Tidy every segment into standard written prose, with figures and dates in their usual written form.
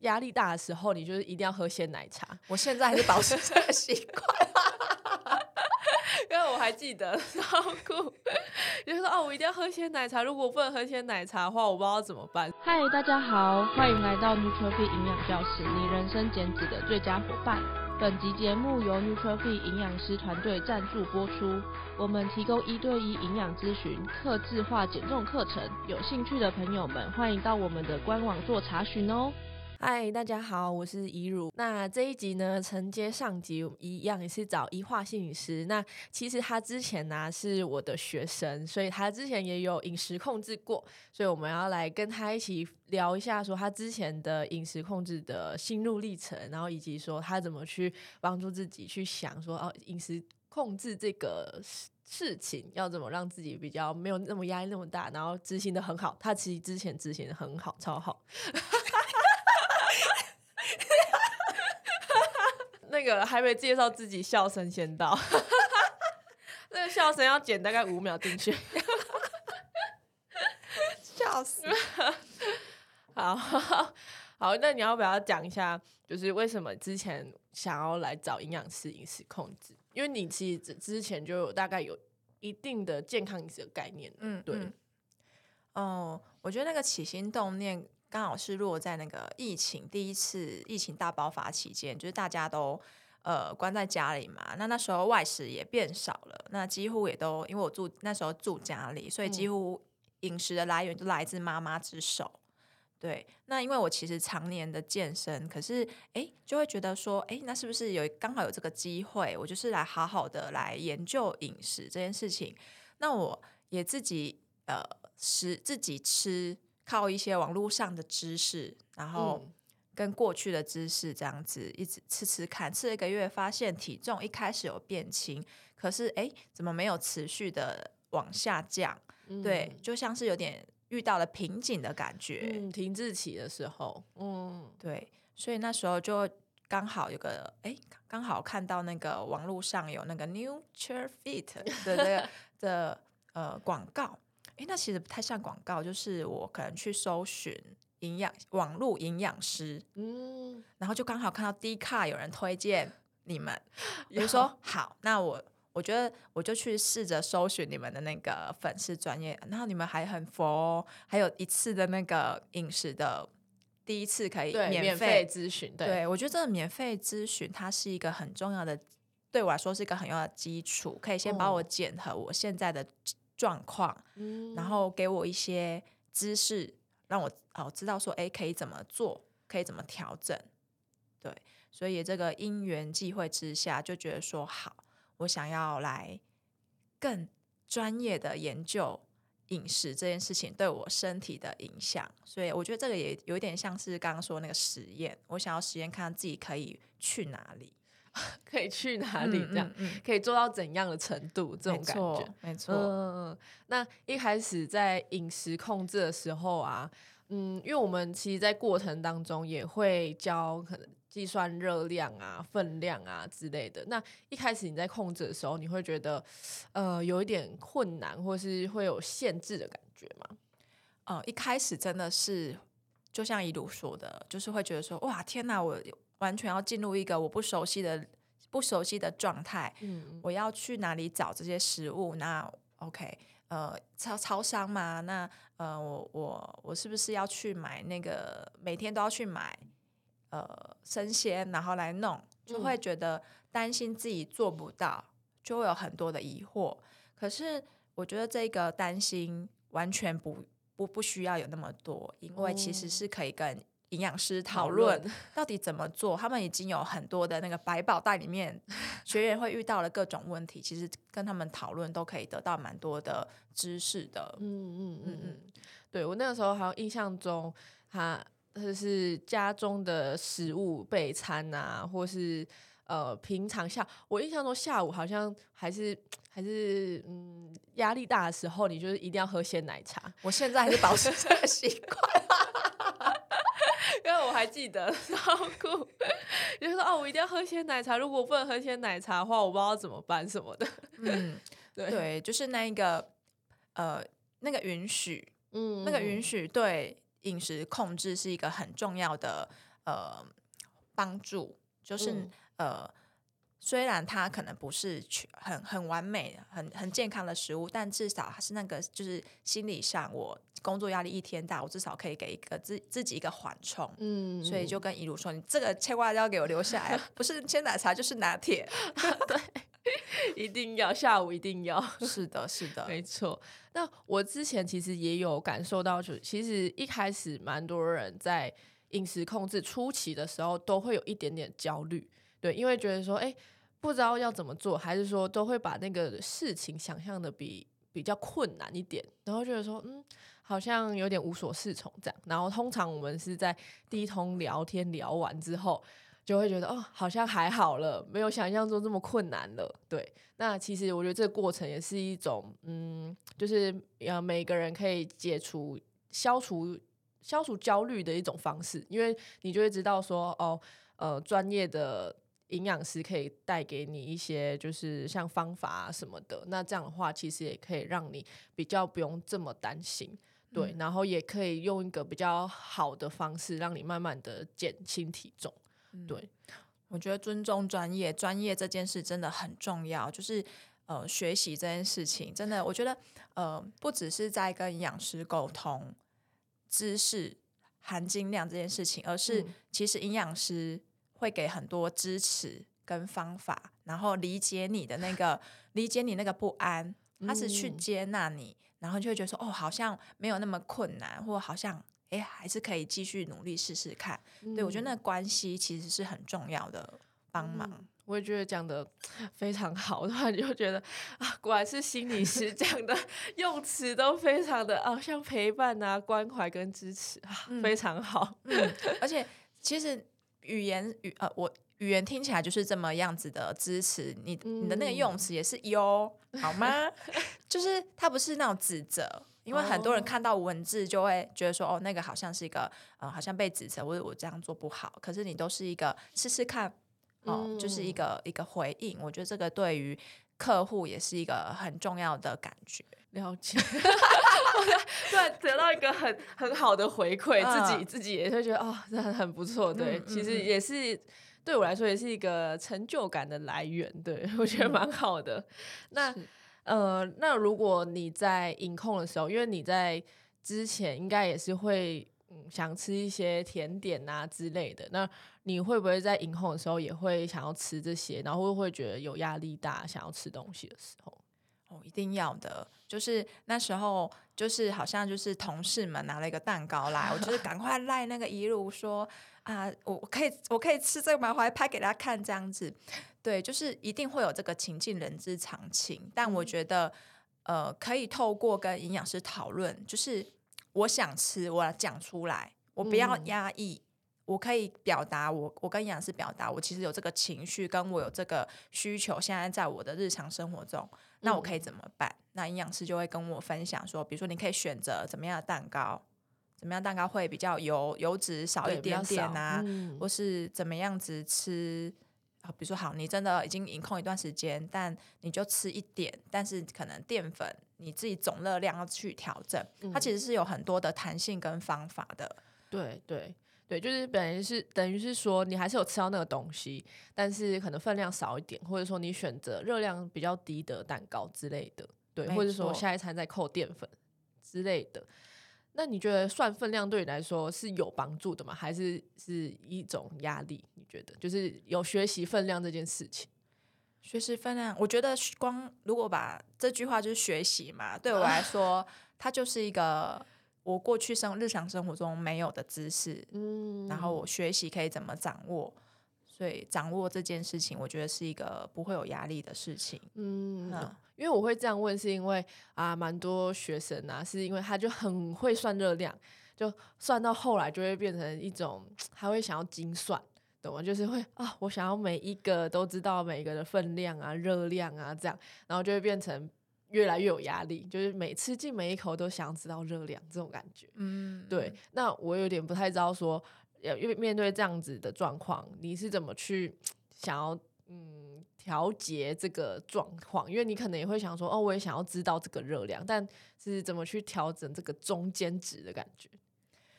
压力大的时候，你就是一定要喝鲜奶茶。 我现在还是保持这个习惯。 因为我还记得超酷，就是说我一定要喝鲜奶茶，如果我不能喝鲜奶茶的话，我不知道怎么办。 嗨，大家好，欢迎来到 NutriFit 营养教室，你人生减脂的最佳伙伴。本集节目由 NutriFit 营养师团队赞助播出，我们提供1对1营养咨询、客制化减重课程，有兴趣的朋友们欢迎到我们的官网做查询哦。 嗨，大家好，我是怡如。那这一集呢，承接上集，我们一样也是找医化心理师。那其实他之前呢是我的学生，所以他之前也有饮食控制过，所以我们要来跟他一起聊一下，说他之前的饮食控制的心路历程，然后以及说他怎么去帮助自己去想说饮食控制这个事情要怎么让自己比较没有那么压力那么大，然后执行的很好。他其实之前执行的很好，超好。那个还没介绍自己，笑声先到。那个笑声要剪大概5秒进去。 笑死。 好，那你要不要讲一下，就是为什么之前想要来找营养师饮食控制？因为你其实之前就大概有一定的健康饮食的概念。对。 我觉得那个起心动念刚好是落在那个第一次疫情大爆发期间，就是大家都关在家里嘛，那时候外食也变少了，那几乎也都因为我那时候住家里，所以几乎饮食的来源就来自妈妈之手。对，那因为我其实常年的健身，可是就会觉得说，那是不是刚好有这个机会，我就是来好好的来研究饮食这件事情。那我也自己吃，靠一些网络上的知识，然后跟过去的知识这样子一直吃看，吃了1个月，发现体重一开始有变轻，可是怎么没有持续的往下降？对，就像是有点遇到了瓶颈的感觉。 停滞期的时候。 对，所以那时候就刚好有个刚好看到那个网络上有那个 NutriFit 的广告。那其实不太像广告，就是我可能去搜寻网络营养师，然后就刚好看到 Dcard 有人推荐你们，比如说好，那我觉得我就去试着搜寻你们的那个粉丝专页，然后你们还很佛还有一次的那个饮食的第一次可以免费咨询。 对，我觉得这个免费咨询它是一个很重要的，对我来说是一个很重要的基础，可以先帮我检核我现在的状况，然后给我一些知识，让我知道说可以怎么做，可以怎么调整。对，所以这个因缘际会之下就觉得说好，我想要来更专业的研究饮食这件事情对我身体的影响，所以我觉得这个也有点像是刚刚说那个实验，我想要实验看自己可以去哪里。 可以去哪里这样，可以做到怎样的程度，这种感觉。 没错。 那一开始在饮食控制的时候啊，因为我们其实在过程当中也会教可能计算热量啊、分量啊之类的。那一开始你在控制的时候，你会觉得有一点困难，或是会有限制的感觉吗？ 一开始真的是就像一路说的，就是会觉得说哇天哪，我完全要进入一个我不熟悉的状态。我要去哪里找这些食物？那 OK， 超商嘛，那我是不是要去买那个每天都要去买生鲜，然后来弄，就会觉得担心自己做不到，就会有很多的疑惑。可是我觉得这个担心完全不需要有那么多，因为其实是可以跟营养师讨论到底怎么做，他们已经有很多的那个百宝袋里面学员会遇到的各种问题，其实跟他们讨论都可以得到蛮多的知识的。 对，我那个时候好像印象中他是家中的食物备餐啊，或是平常我印象中下午好像还是压力大的时候，你就是一定要喝鲜奶茶。 我现在还是保持这个习惯。 因为我还记得超酷，就是说我一定要喝鲜奶茶，如果我不能喝鲜奶茶的话，我不知道怎么办什么的。 对，就是那个允许，那个允许对饮食控制是一个很重要的帮助，就是虽然它可能不是很完美、很健康的食物，但至少它是那个就是心理上，我工作压力一天大，我至少可以给一个自己一个缓冲。所以就跟怡如说，你这个千万要给我留下来，不是鲜奶茶就是拿铁。 对，一定要，下午一定要。 是的，是的， 没错。那我之前其实也有感受到，就其实一开始蛮多人在饮食控制初期的时候，都会有一点点焦虑，对，因为觉得说，不知道要怎么做，还是说都会把那个事情想象的比较困难一点，然后觉得说，好像有点无所适从这样。然后通常我们是在第一通聊天聊完之后，就会觉得好像还好了，没有想象中这么困难了。对，那其实我觉得这个过程也是一种，就是每个人可以消除焦虑的一种方式，因为你就会知道说，专业的营养师可以带给你一些就是像方法什么的，那这样的话其实也可以让你比较不用这么担心，对，然后也可以用一个比较好的方式让你慢慢的减轻体重。对， 我觉得尊重专业这件事真的很重要，就是学习这件事情真的，我觉得不只是在跟营养师沟通知识含金量这件事情，而是其实营养师会给很多支持跟方法，然后理解你那个不安，他是去接纳你，然后就会觉得说好像没有那么困难，或好像还是可以继续努力试试看。对，我觉得那关系其实是很重要的帮忙。 我也觉得讲的非常好，突然就觉得果然是心理师讲的用词都非常的像陪伴啊、关怀跟支持非常好。 而且其实语言听起来就是这么样子的支持，你的那个用词也是优，好吗？就是它不是那种指责。因为很多人看到文字就会觉得说那个好像是一个好像被指责，或者我这样做不好，可是你都是一个试试看就是一个回应。我觉得这个对于客户也是一个很重要的感觉。 了解。对，得到一个很好的回馈，自己也会觉得真的很不错。对，其实也是对我来说也是一个成就感的来源。对，我觉得蛮好的。那如果你在饮控的时候，因为你在之前应该也是会想吃一些甜点啊之类的，那你会不会在饮控的时候也会想要吃这些，然后会不会觉得有压力大，想要吃东西的时候？ 一定要的，就是那时候就是好像就是同事们拿了一个蛋糕来，我就是赶快赖那个怡如说我可以吃这个吗？我还拍给他看这样子。对，就是一定会有这个情境，人之常情。但我觉得可以透过跟营养师讨论，就是我想吃，我讲出来，我不要压抑。我可以表达我跟营养师表达我其实有这个情绪，跟我有这个需求，现在在我的日常生活中，那我可以怎么办？那营养师就会跟我分享说，比如说你可以选择怎么样的蛋糕，怎么样蛋糕会比较油脂少一点点啊，或是怎么样子吃比如说好，你真的已经饮控一段时间，但你就吃一点，但是可能淀粉你自己总热量要去调整，它其实是有很多的弹性跟方法的。 对，就是等于是说你还是有吃到那个东西，但是可能分量少一点，或者说你选择热量比较低的蛋糕之类的，对，或者说下一餐再扣淀粉之类的。那你觉得算分量对你来说是有帮助的吗？还是一种压力？你觉得就是有学习分量这件事情？ 学习分量，我觉得如果把这句话就是学习嘛，对我来说，它就是一个我过去日常生活中没有的知识，然后我学习可以怎么掌握，所以掌握这件事情，我觉得是一个不会有压力的事情。 因为我会这样问，是因为蛮多学生是因为他就很会算热量，就算到后来就会变成一种他会想要精算，懂吗？就是会我想要每一个都知道每一个的分量啊、热量啊这样，然后就会变成越来越有压力，就是每吃进每一口都想知道热量这种感觉。对。那我有点不太知道说，面对这样子的状况，你是怎么去想要调节这个状况？因为你可能也会想说，我也想要知道这个热量，但是怎么去调整这个中间值的感觉？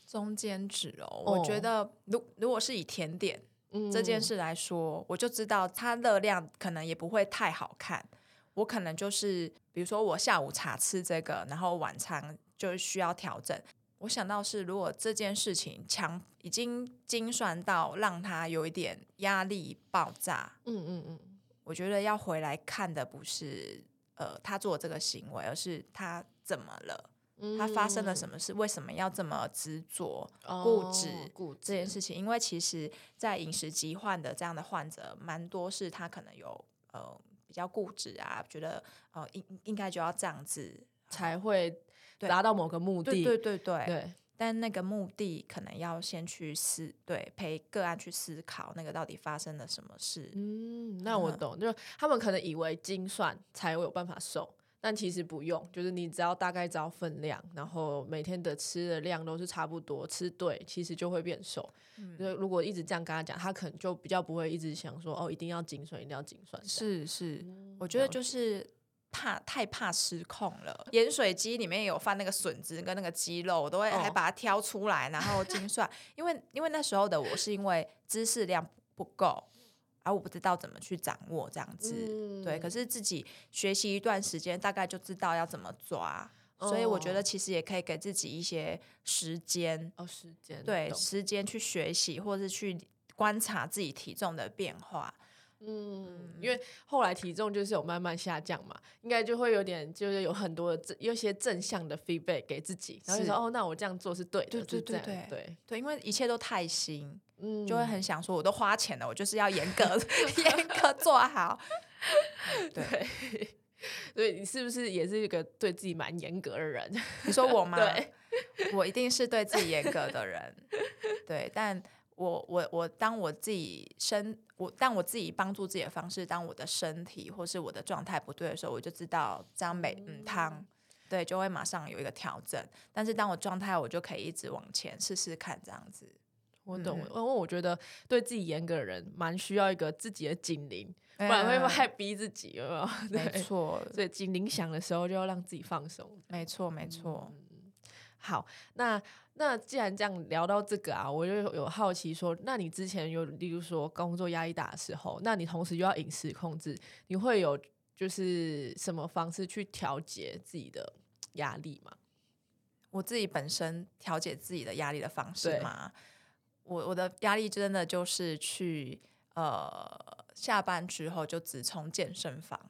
中间值我觉得如果是以甜点这件事来说，我就知道它热量可能也不会太好看。我可能就是比如说我下午茶吃这个，然后晚餐就需要调整。我想到是如果这件事情已经精算到让他有一点压力爆炸，我觉得要回来看的不是他做这个行为，而是他怎么了，他发生了什么事，为什么要这么执着固执这件事情。因为其实在饮食疾患的这样的患者蛮多是他可能有比较固执啊，觉得应该就要这样子才会达到某个目的。 对，但那个目的可能要先去陪个案去思考那个到底发生了什么事。 那我懂，就他们可能以为精算才有办法瘦，但其实不用，就是你只要大概知道分量，然后每天的吃的量都是差不多，吃对其实就会变瘦。如果一直这样跟他讲，他可能就比较不会一直想说一定要精算，一定要精算。 是，我觉得就是太怕失控了。盐水鸡里面有放那个笋子跟那个鸡肉，我都会还把它挑出来然后精算。因为那时候的我是因为知识量不够，而我不知道怎么去掌握这样子。对，可是自己学习一段时间，大概就知道要怎么抓。所以我觉得其实也可以给自己一些时间，对，时间去学习或是去观察自己体重的变化。 因为后来体重就是有慢慢下降嘛，应该就会有点就是有很多有些正向的 feedback 给自己，然后就说那我这样做是对的。 对，因为一切都太新，就会很想说我都花钱了，我就是要严格做好。 对，所以你是不是也是一个对自己蛮严格的人？ 你说我吗？ 对， 我一定是对自己严格的人。对，但当我自己帮助自己的方式，当我的身体或是我的状态不对的时候，我就知道这样对，就会马上有一个调整。但是当我状态，我就可以一直往前试试看这样子。 我懂，因为我觉得对自己严格的人蛮需要一个自己的警铃，不然会害逼自己，有没有？ 没错， 所以警铃响的时候就要让自己放松。 没错。 好，那既然这样聊到这个啊，我就有好奇说，那你之前有例如说工作压力大的时候，那你同时又要饮食控制，你会有就是什么方式去调节自己的压力吗？ 我自己本身调节自己的压力的方式嘛，我的压力真的就是去下班之后就直冲健身房。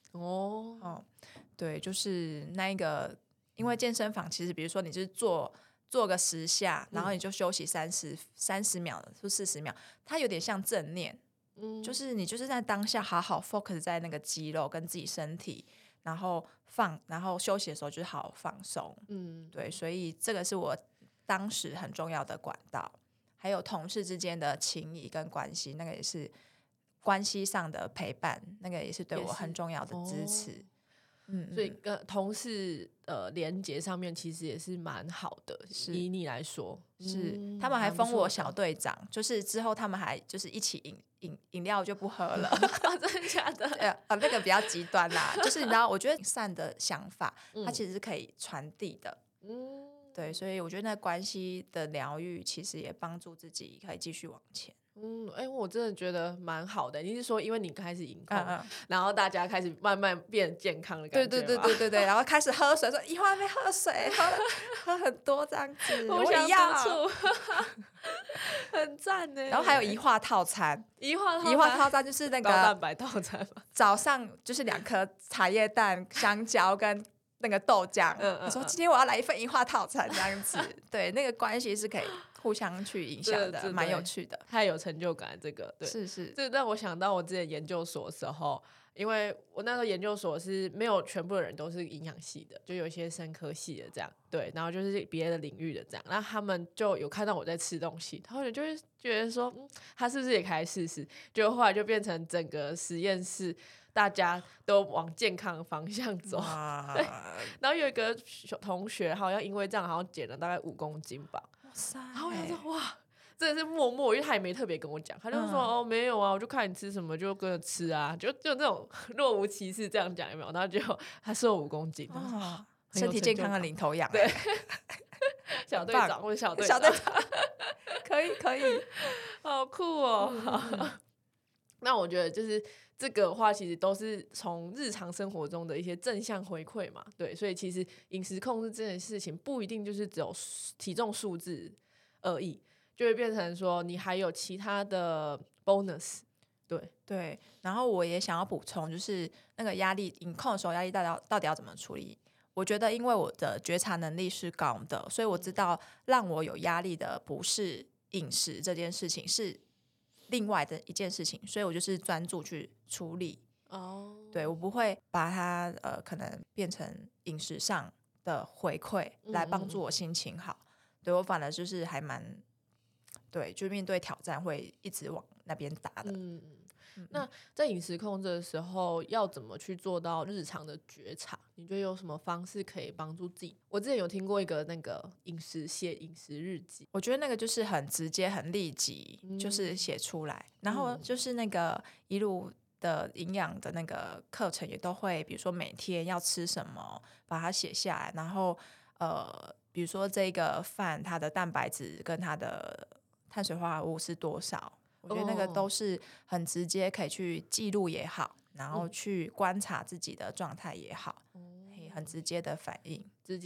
对，就是那一个。因为健身房其实比如说你就是做个10下，然后你就休息30秒或40秒，它有点像正念。就是你就是在当下好好 focus 在那个肌肉跟自己身体，然后休息的时候就是好好放松。对，所以这个是我当时很重要的管道。还有同事之间的情谊跟关系，那个也是关系上的陪伴，那个也是对我很重要的支持。 所以跟同事连结上面其实也是蛮好的。以你来说， 他们还封我小队长，就是之后他们还就是一起饮料就不喝了。 真的假的？ 那个比较极端啦。就是你知道，我觉得善的想法，它其实是可以传递的。对，所以我觉得那关系的疗愈，其实也帮助自己可以继续往前。 我真的觉得蛮好的。你是说因为你开始饮控，然后大家开始慢慢变健康的感觉吗？ 对，然后开始喝水，说以后还没喝水，喝很多这样子， 我也要， 很赞呢。 然后还有一化套餐，一化套餐就是那个高蛋白套餐嘛， 早上就是2颗茶叶蛋、香蕉跟那个豆浆。我说今天我要来一份一化套餐这样子。对，那个关系是可以互相去影响的，蛮有趣的， 太有成就感。这个对， 是， 这让我想到我之前研究所的时候，因为我那时候研究所是没有全部的人都是营养系的，就有一些生科系的这样，对，然后就是别的领域的这样，然后他们就有看到我在吃东西，他们就会觉得说，他是不是也可以试试？就后来就变成整个实验室大家都往健康的方向走。对，然后有一个同学好像因为这样，好像减了大概5公斤吧。然后我就说哇，真的是默默，因为他也没特别跟我讲，他就说没有啊，我就看你吃什么就跟着吃啊，就这种若无其事这样讲，有没有？然后就他瘦5公斤， 身体健康的领头羊。 对， 小队长或者小队长， 可以， 好酷哦！那我觉得就是这个话，其实都是从日常生活中的一些正向回馈嘛，对，所以其实饮食控制这件事情不一定就是只有体重数字而已，就会变成说你还有其他的 bonus。 对，然后我也想要补充，就是那个压力饮控的时候，压力到底要怎么处理？我觉得因为我的觉察能力是高的，所以我知道让我有压力的不是饮食这件事情，是另外的一件事情，所以我就是专注去处理。对，我不会把它可能变成饮食上的回馈来帮助我心情好。对，我反而就是还蛮对，就面对挑战会一直往那边打的。 那在饮食控制的时候，要怎么去做到日常的觉察？你觉得有什么方式可以帮助自己？我之前有听过一个那个写饮食日记， 我觉得那个就是很直接、很立即，就是写出来。然后就是那个一路的营养的那个课程也都会，比如说每天要吃什么，把它写下来。然后比如说这个饭它的蛋白质跟它的碳水化合物是多少？我觉得那个都是很直接，可以去记录也好，然后去观察自己的状态也好，很直接的反应。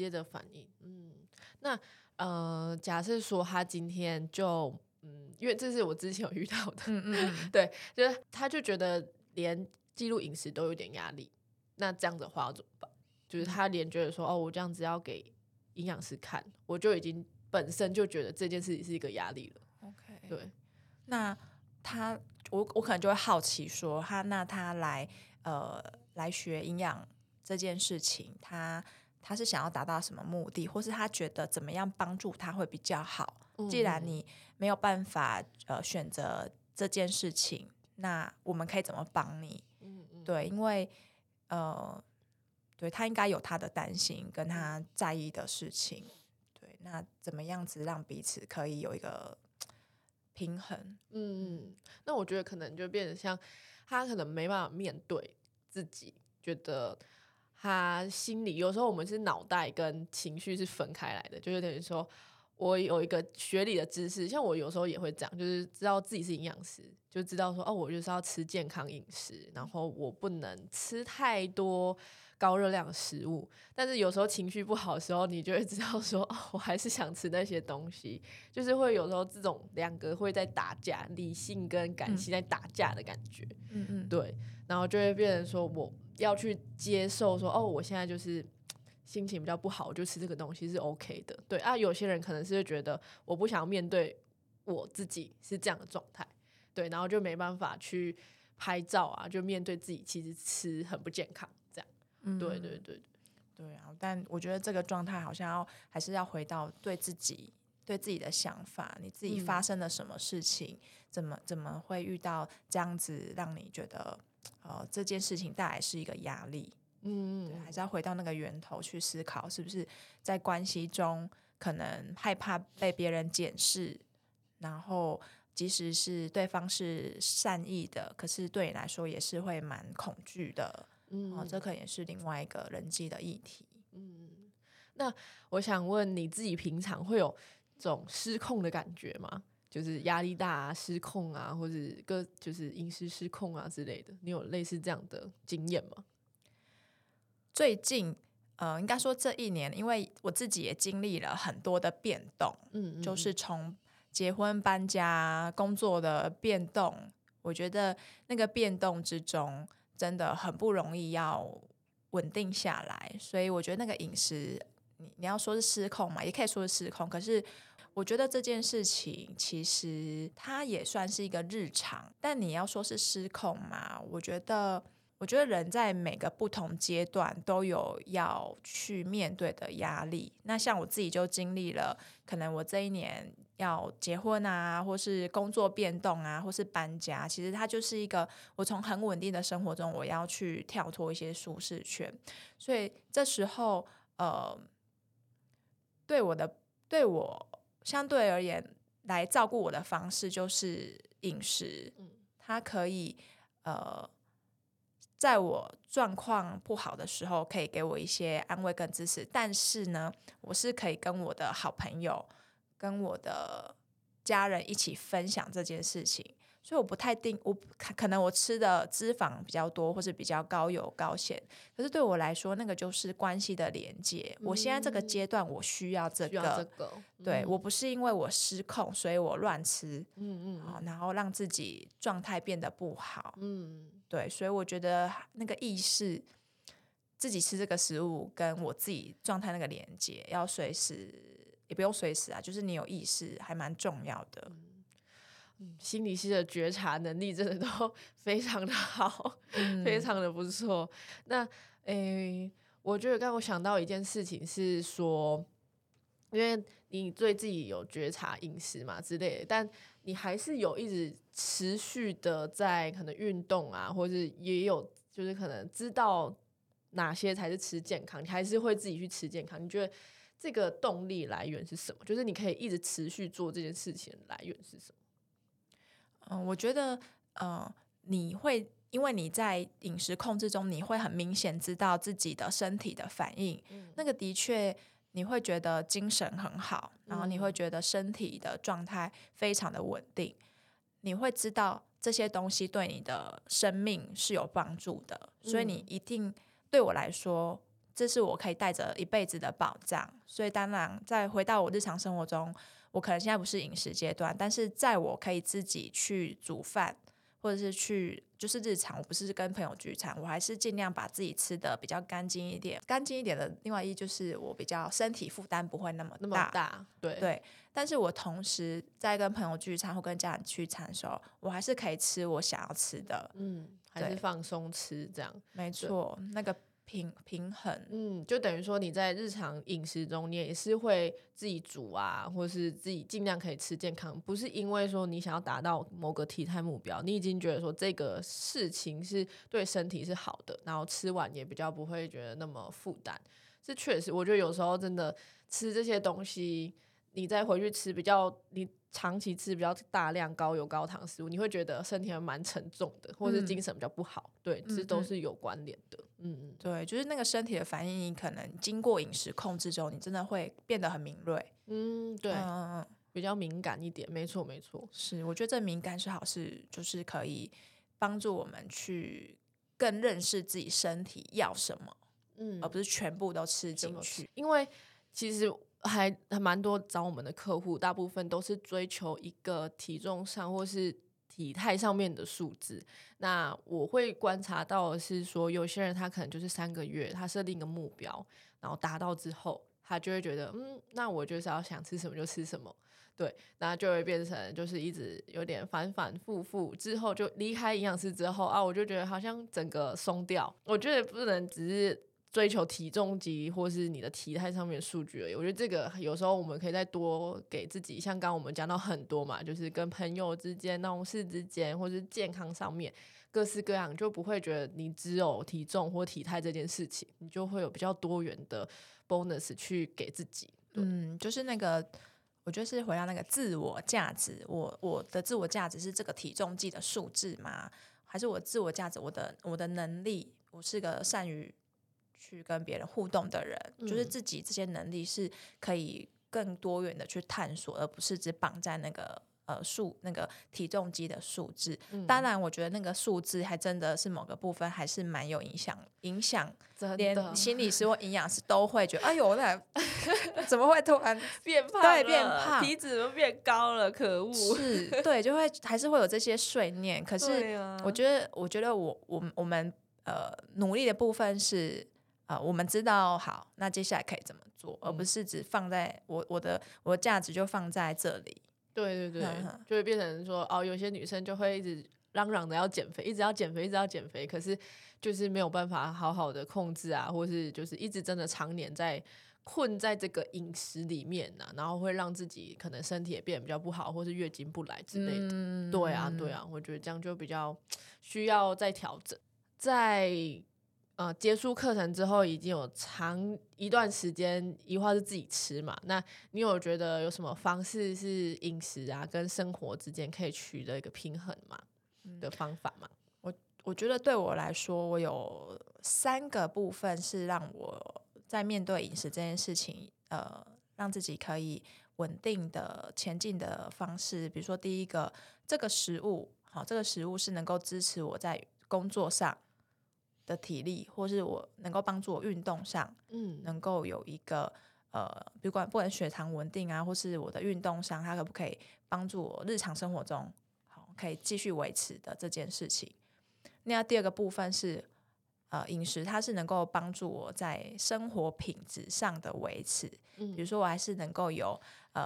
那假设说他今天就因为这是我之前有遇到的，对，就是他就觉得连记录饮食都有点压力，那这样子的话要怎么办？就是他连觉得说我这样子要给营养师看，我就已经本身就觉得这件事情是一个压力了。 OK， 对， 那我可能就会好奇说，他来学营养这件事情，他是想要达到什么目的，或是他觉得怎么样帮助他会比较好？既然你没有办法选择这件事情，那我们可以怎么帮你？对，因为对他应该有他的担心跟他在意的事情。对，那怎么样子让彼此可以有一个平衡？ 那我觉得可能就变得像他可能没办法面对自己，觉得他心里有时候我们是脑袋跟情绪是分开来的，就有点说我有一个学理的知识，像我有时候也会这样，就是知道自己是营养师，就知道说我就是要吃健康饮食，然后我不能吃太多高热量的食物，但是有时候情绪不好的时候，你就会知道说我还是想吃那些东西，就是会有时候这种两个会在打架，理性跟感性在打架的感觉。对，然后就会变成说我要去接受说我现在就是心情比较不好，我就吃这个东西是 OK 的。对啊，有些人可能是会觉得我不想要面对我自己是这样的状态，对，然后就没办法去拍照啊，就面对自己其实吃很不健康这样。对啊，但我觉得这个状态好像还是要回到对自己的想法，你自己发生了什么事情，怎么会遇到这样子让你觉得这件事情带来是一个压力？对，还是要回到那个源头去思考，是不是在关系中可能害怕被别人检视，然后即使是对方是善意的，可是对你来说也是会蛮恐惧的。这可能也是另外一个人际的议题。 那我想问你自己平常会有这种失控的感觉吗？就是压力大啊、失控啊，或者就是饮食失控啊之类的，你有类似这样的经验吗？ 最近应该说这一年，因为我自己也经历了很多的变动，就是从结婚、搬家、工作的变动，我觉得那个变动之中真的很不容易要稳定下来，所以我觉得那个饮食，你要说是失控嘛，也可以说是失控，可是我觉得这件事情其实它也算是一个日常，但你要说是失控嘛，我觉得人在每个不同阶段都有要去面对的压力。那像我自己就经历了，可能我这一年要结婚啊，或是工作变动啊，或是搬家，其实它就是一个我从很稳定的生活中，我要去跳脱一些舒适圈。所以这时候，对我相对而言来照顾我的方式就是饮食，它可以在我状况不好的时候可以给我一些安慰跟支持，但是呢，我是可以跟我的好朋友跟我的家人一起分享这件事情。所以我不太定，可能我吃的脂肪比较多，或是比较高油高咸，可是对我来说，那个就是关系的连接。我现在这个阶段，我需要这个，对，我不是因为我失控，所以我乱吃，然后让自己状态变得不好，对，所以我觉得那个意识，自己吃这个食物跟我自己状态那个连接，要随时，也不用随时啊，就是你有意识，还蛮重要的。 心理师的觉察能力真的都非常的好，非常的不错。那我觉得刚刚我想到一件事情是说，因为你对自己有觉察饮食嘛之类的，但你还是有一直持续的在可能运动啊，或是也有就是可能知道哪些才是吃健康，你还是会自己去吃健康。你觉得这个动力来源是什么？就是你可以一直持续做这件事情的来源是什么？ 我觉得你会因为你在饮食控制中，你会很明显知道自己的身体的反应，那个的确你会觉得精神很好，然后你会觉得身体的状态非常的稳定，你会知道这些东西对你的生命是有帮助的，所以你一定，对我来说，这是我可以带着一辈子的保障。所以当然再回到我日常生活中，我可能现在不是饮食阶段，但是在我可以自己去煮饭，或者是去就是日常，我不是跟朋友聚餐，我还是尽量把自己吃的比较干净一点。干净一点的另外一就是我比较身体负担不会那么大，对。但是我同时在跟朋友聚餐或跟家人聚餐的时候，我还是可以吃我想要吃的， 还是放松吃这样。 没错，那个平衡， 就等于说你在日常饮食中，你也是会自己煮啊，或是自己尽量可以吃健康，不是因为说你想要达到某个体态目标，你已经觉得说这个事情是对身体是好的，然后吃完也比较不会觉得那么负担。这确实，我觉得有时候真的吃这些东西，你再回去吃你长期吃比较大量高油高糖食物，你会觉得身体还蛮沉重的，或是精神比较不好，对，这都是有关联的。 对，就是那个身体的反应，你可能经过饮食控制之后，你真的会变得很敏锐。 对，比较敏感一点，没错没错。 是，我觉得这敏感是好事，就是可以帮助我们去更认识自己身体要什么，而不是全部都吃进去。 因为其实还蛮多找我们的客户，大部分都是追求一个体重上或是体态上面的数字。那我会观察到的是说，有些人他可能就是3个月，他设定一个目标，然后达到之后，他就会觉得那我就是要想吃什么就吃什么，对，那就会变成就是一直有点反反复复，之后就离开营养师之后啊，我就觉得好像整个松掉。我觉得不能只是追求体重级或是你的体态上面的数据而已，我觉得这个有时候我们可以再多给自己，像刚刚我们讲到很多嘛，就是跟朋友之间、同事之间，或是健康上面各式各样，就不会觉得你只有体重或体态这件事情，你就会有比较多元的 bonus 去给自己。 就是那个我觉得是回到那个自我价值，我的自我价值是这个体重计的数字吗？还是我自我价值我的能力，我是个善于去跟别人互动的人，就是自己这些能力是可以更多元的去探索，而不是只绑在那个那个体重机的数字。当然我觉得那个数字还真的是某个部分还是蛮有影响，连心理师或营养师都会觉得哎呦那怎么会突然变胖了， 对，变胖， 体脂都变高了，可恶。 是，对，就会还是会有这些碎念。可是我觉得我们努力的部分是我们知道好，那接下来可以怎么做，而不是只放在我的价值就放在这里。 对，就会变成说有些女生就会一直嚷嚷的要减肥，一直要减肥，一直要减肥，可是就是没有办法好好的控制啊，或是就是一直真的常年困在这个饮食里面啊，然后会让自己可能身体也变得比较不好，或是月经不来之类的。对啊，我觉得这样就比较需要再调整。在结束课程之后，已经有长一段时间宜樺是自己吃嘛，那你有觉得有什么方式是饮食啊跟生活之间可以取得一个平衡吗？的方法吗？ 我觉得对我来说，我有3个部分是让我在面对饮食这件事情，让自己可以稳定的前进的方式。比如说第一个，这个食物是能够支持我在工作上的体力，或是我能够帮助我运动上，能够有一个不管血糖稳定啊，或是我的运动上，它可不可以帮助我日常生活中可以继续维持的这件事情。那第二个部分是饮食，它是能够帮助我在生活品质上的维持，比如说我还是能够有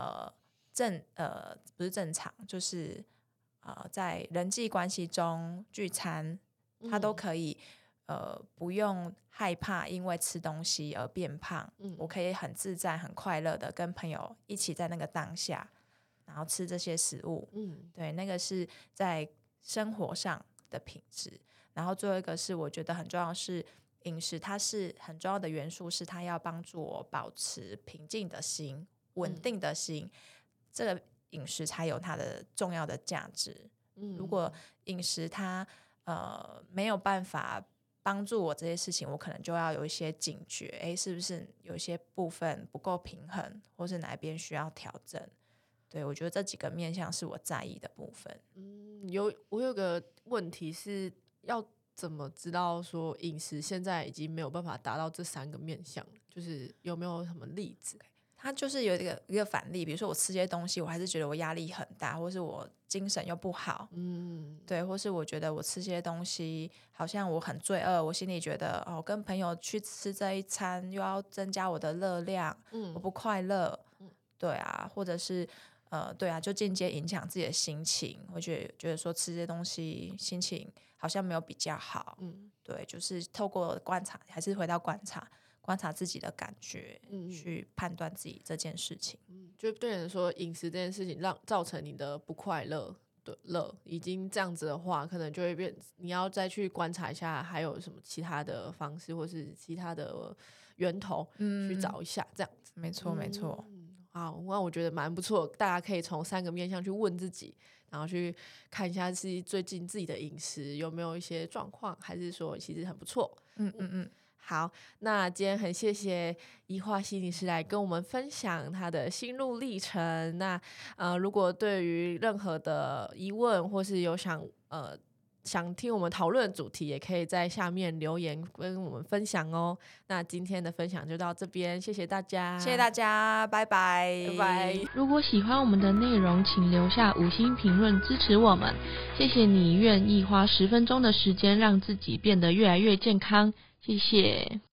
不是正常，就是在人际关系中聚餐，它都可以不用害怕因为吃东西而变胖，我可以很自在很快乐的跟朋友一起在那个当下然后吃这些食物，对，那个是在生活上的品质。然后最后一个是我觉得很重要的是饮食，它是很重要的元素，是它要帮助我保持平静的心、稳定的心，这个饮食才有它的重要的价值。如果饮食它没有办法帮助我这些事情，我可能就要有一些警觉，是不是有一些部分不够平衡，或是哪一边需要调整。对，我觉得这几个面向是我在意的部分。 我有个问题是要怎么知道说饮食现在已经没有办法达到这3个面向，就是有没有什么例子？ 它就是有一个反例，比如说我吃这些东西，我还是觉得我压力很大，或是我精神又不好，对，或是我觉得我吃这些东西好像我很罪恶，我心里觉得跟朋友去吃这一餐又要增加我的热量，我不快乐，对啊，或者是对啊，就间接影响自己的心情，会觉得说吃这些东西心情好像没有比较好，对，就是透过观察，还是回到观察自己的感觉，去判断自己这件事情。 就对人说饮食这件事情造成你的不快乐的乐，已经这样子的话，可能就会变，你要再去观察一下还有什么其他的方式，或是其他的源头去找一下，这样子。 没错没错。 好，那我觉得蛮不错，大家可以从3个面向去问自己，然后去看一下是最近自己的饮食有没有一些状况，还是说其实很不错。好，那今天很谢谢宜桦心理师来跟我们分享他的心路历程。那如果对于任何的疑问，或是有想听我们讨论的主题，也可以在下面留言跟我们分享哦。那今天的分享就到这边，谢谢大家， 谢谢大家，拜拜， 拜拜。 如果喜欢我们的内容，请留下5星评论支持我们。谢谢你愿意花10分钟的时间让自己变得越来越健康，谢谢。